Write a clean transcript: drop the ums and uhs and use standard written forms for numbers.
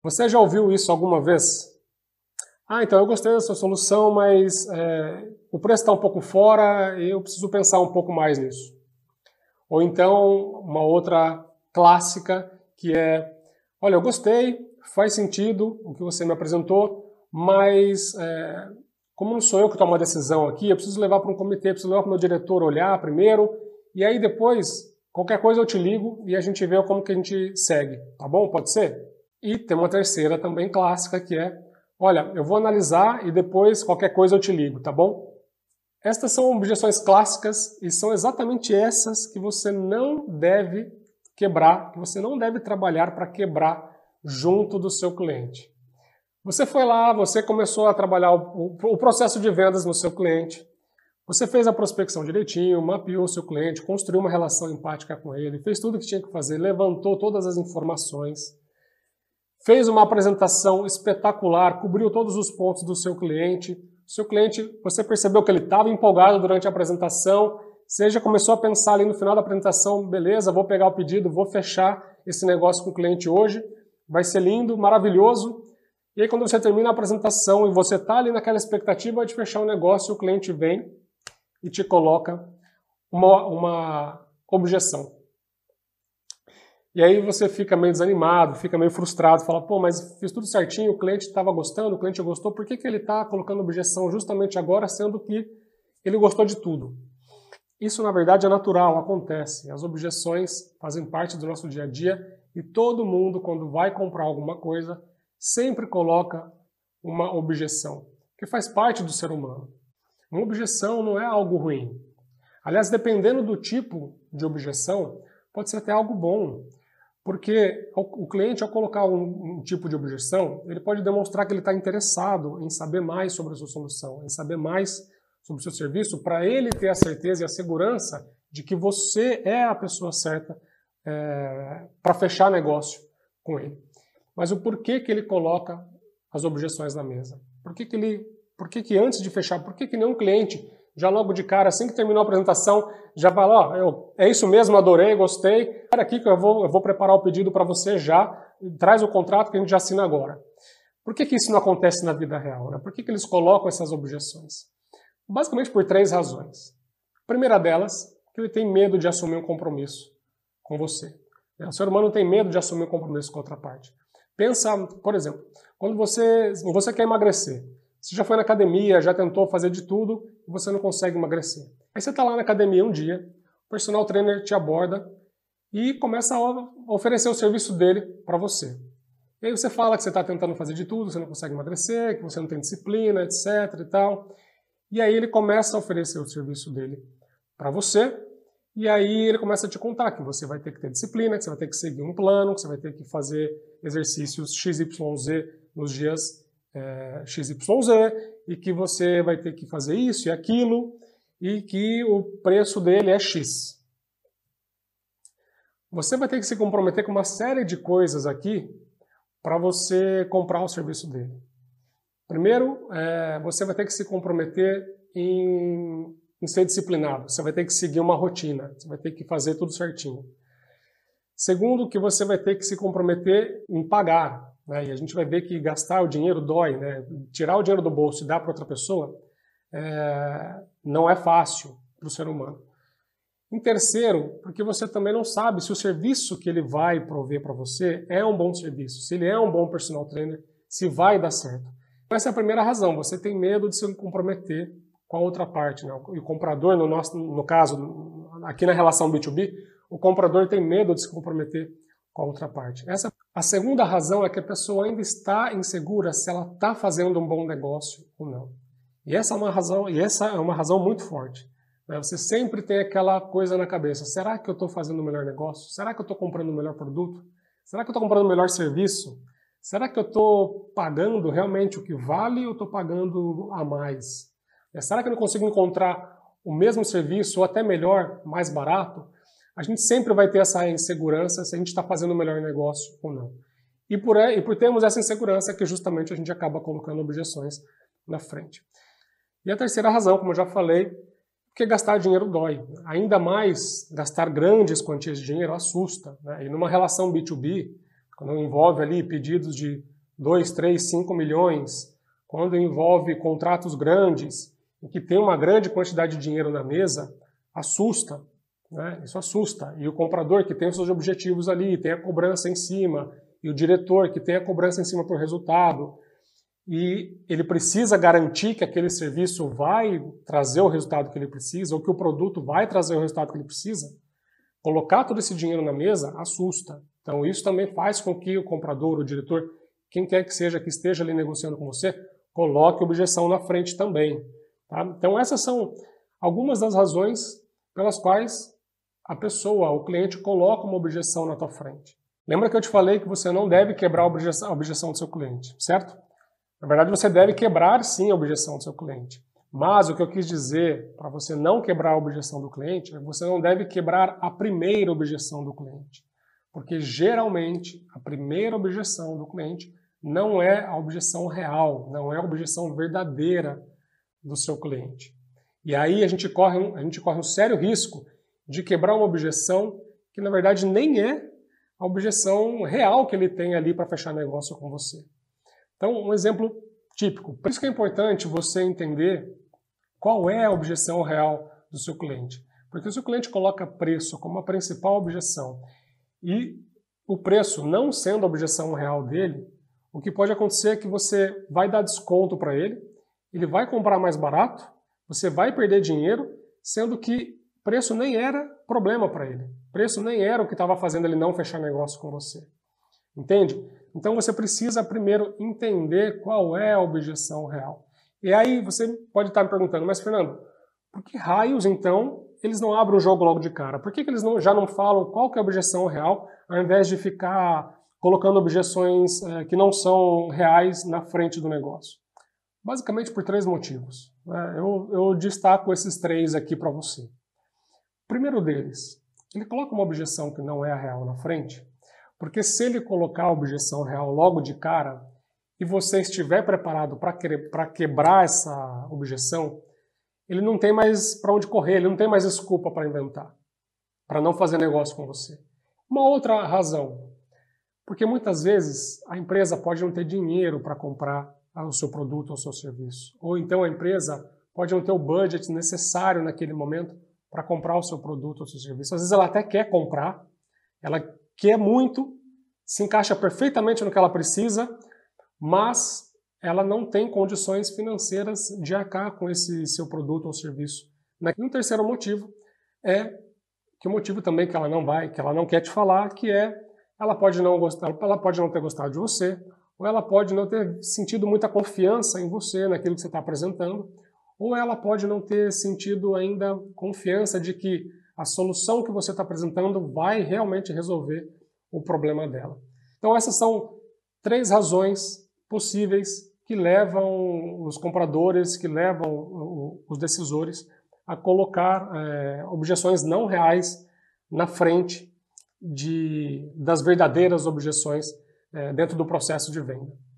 Você já ouviu isso alguma vez? Ah, então eu gostei da sua solução, mas o preço está um pouco fora e eu preciso pensar um pouco mais nisso. Ou então, uma outra clássica que é, olha, eu gostei, faz sentido o que você me apresentou, mas como não sou eu que tomo a decisão aqui, eu preciso levar para um comitê, preciso levar para o meu diretor olhar primeiro, e aí depois, qualquer coisa eu te ligo e a gente vê como que a gente segue, tá bom? Pode ser? E tem uma terceira também clássica que é, olha, eu vou analisar e depois qualquer coisa eu te ligo, tá bom? Estas são objeções clássicas e são exatamente essas que você não deve quebrar, que você não deve trabalhar para quebrar junto do seu cliente. Você foi lá, você começou a trabalhar o processo de vendas no seu cliente, você fez a prospecção direitinho, mapeou o seu cliente, construiu uma relação empática com ele, fez tudo o que tinha que fazer, levantou todas as informações, fez uma apresentação espetacular, cobriu todos os pontos do seu cliente. Seu cliente, você percebeu que ele estava empolgado durante a apresentação, você já começou a pensar ali no final da apresentação, beleza, vou pegar o pedido, vou fechar esse negócio com o cliente hoje, vai ser lindo, maravilhoso. E aí quando você termina a apresentação e você está ali naquela expectativa de fechar o negócio, o cliente vem e te coloca uma objeção. E aí você fica meio desanimado, fica meio frustrado, fala, pô, mas fiz tudo certinho, o cliente estava gostando, o cliente gostou, por que ele está colocando objeção justamente agora, sendo que ele gostou de tudo? Isso, na verdade, é natural, acontece. As objeções fazem parte do nosso dia a dia e todo mundo, quando vai comprar alguma coisa, sempre coloca uma objeção, que faz parte do ser humano. Uma objeção não é algo ruim. Aliás, dependendo do tipo de objeção, pode ser até algo bom. Porque o cliente, ao colocar um tipo de objeção, ele pode demonstrar que ele está interessado em saber mais sobre a sua solução, em saber mais sobre o seu serviço, para ele ter a certeza e a segurança de que você é a pessoa certa para fechar negócio com ele. Mas o porquê que ele coloca as objeções na mesa? Por que antes de fechar, por que nenhum cliente já logo de cara, assim que terminou a apresentação, já fala, é isso mesmo, adorei, gostei, espera aqui que eu vou preparar o pedido para você já, traz o contrato que a gente já assina agora. Por que isso não acontece na vida real? Né? Por que eles colocam essas objeções? Basicamente por 3 razões. A primeira delas, que ele tem medo de assumir um compromisso com você. O ser humano tem medo de assumir um compromisso com a outra parte. Pensa, por exemplo, quando você quer emagrecer, você já foi na academia, já tentou fazer de tudo e você não consegue emagrecer. Aí você está lá na academia um dia, o personal trainer te aborda e começa a oferecer o serviço dele para você. E aí você fala que você está tentando fazer de tudo, você não consegue emagrecer, que você não tem disciplina, etc. e tal. E aí ele começa a oferecer o serviço dele para você e aí ele começa a te contar que você vai ter que ter disciplina, que você vai ter que seguir um plano, que você vai ter que fazer exercícios XYZ nos dias XYZ, e que você vai ter que fazer isso e aquilo, e que o preço dele é X. Você vai ter que se comprometer com uma série de coisas aqui para você comprar o serviço dele. Primeiro, você vai ter que se comprometer em ser disciplinado, você vai ter que seguir uma rotina, você vai ter que fazer tudo certinho. Segundo, que você vai ter que se comprometer em pagar. E a gente vai ver que gastar o dinheiro dói, né? Tirar o dinheiro do bolso e dar para outra pessoa não é fácil para o ser humano. Em terceiro, porque você também não sabe se o serviço que ele vai prover para você é um bom serviço, se ele é um bom personal trainer, se vai dar certo. Essa é a primeira razão, você tem medo de se comprometer com a outra parte. Né? E o comprador, no caso, aqui na relação B2B, o comprador tem medo de se comprometer com a outra parte. A segunda razão é que a pessoa ainda está insegura se ela está fazendo um bom negócio ou não. E essa é uma razão muito forte. Né? Você sempre tem aquela coisa na cabeça. Será que eu estou fazendo o melhor negócio? Será que eu estou comprando o melhor produto? Será que eu estou comprando o melhor serviço? Será que eu estou pagando realmente o que vale ou estou pagando a mais? Será que eu não consigo encontrar o mesmo serviço ou até melhor, mais barato? A gente sempre vai ter essa insegurança se a gente está fazendo o melhor negócio ou não. E por termos essa insegurança que justamente a gente acaba colocando objeções na frente. E a terceira razão, como eu já falei, porque gastar dinheiro dói. Ainda mais gastar grandes quantias de dinheiro assusta. Né? E numa relação B2B, quando envolve ali pedidos de 2, 3, 5 milhões, quando envolve contratos grandes, em que tem uma grande quantidade de dinheiro na mesa, assusta, né? Isso assusta. E o comprador que tem os seus objetivos ali, tem a cobrança em cima, e o diretor que tem a cobrança em cima por resultado, e ele precisa garantir que aquele serviço vai trazer o resultado que ele precisa, ou que o produto vai trazer o resultado que ele precisa, colocar todo esse dinheiro na mesa assusta. Então isso também faz com que o comprador, o diretor, quem quer que seja que esteja ali negociando com você, coloque objeção na frente também. Tá? Então essas são algumas das razões pelas quais a pessoa, o cliente, coloca uma objeção na tua frente. Lembra que eu te falei que você não deve quebrar a objeção do seu cliente, certo? Na verdade, você deve quebrar sim a objeção do seu cliente. Mas o que eu quis dizer para você não quebrar a objeção do cliente é que você não deve quebrar a primeira objeção do cliente. Porque geralmente a primeira objeção do cliente não é a objeção real, não é a objeção verdadeira do seu cliente. E aí a gente corre um sério risco de quebrar uma objeção que na verdade nem é a objeção real que ele tem ali para fechar negócio com você. Então, um exemplo típico. Por isso que é importante você entender qual é a objeção real do seu cliente. Porque se o cliente coloca preço como a principal objeção e o preço não sendo a objeção real dele, o que pode acontecer é que você vai dar desconto para ele, ele vai comprar mais barato, você vai perder dinheiro, sendo que preço nem era problema para ele. Preço nem era o que estava fazendo ele não fechar negócio com você. Entende? Então você precisa primeiro entender qual é a objeção real. E aí você pode estar me perguntando, mas Fernando, por que raios então eles não abrem o jogo logo de cara? Por que eles já não falam qual que é a objeção real, ao invés de ficar colocando objeções que não são reais na frente do negócio? Basicamente por 3 motivos. Eu destaco esses 3 aqui para você. O primeiro deles, ele coloca uma objeção que não é a real na frente, porque se ele colocar a objeção real logo de cara e você estiver preparado para quebrar essa objeção, ele não tem mais para onde correr, ele não tem mais desculpa para inventar, para não fazer negócio com você. Uma outra razão, porque muitas vezes a empresa pode não ter dinheiro para comprar o seu produto ou o seu serviço, ou então a empresa pode não ter o budget necessário naquele momento para comprar o seu produto ou o seu serviço. Às vezes ela até quer comprar, ela quer muito, se encaixa perfeitamente no que ela precisa, mas ela não tem condições financeiras de arcar com esse seu produto ou serviço. E um terceiro motivo é que o motivo também que ela não quer te falar, que é ela pode não ter gostado de você, ou ela pode não ter sentido muita confiança em você, naquilo que você está apresentando, ou ela pode não ter sentido ainda confiança de que a solução que você está apresentando vai realmente resolver o problema dela. Então essas são 3 razões possíveis que levam os compradores, que levam os decisores a colocar objeções não reais na frente das verdadeiras objeções dentro do processo de venda.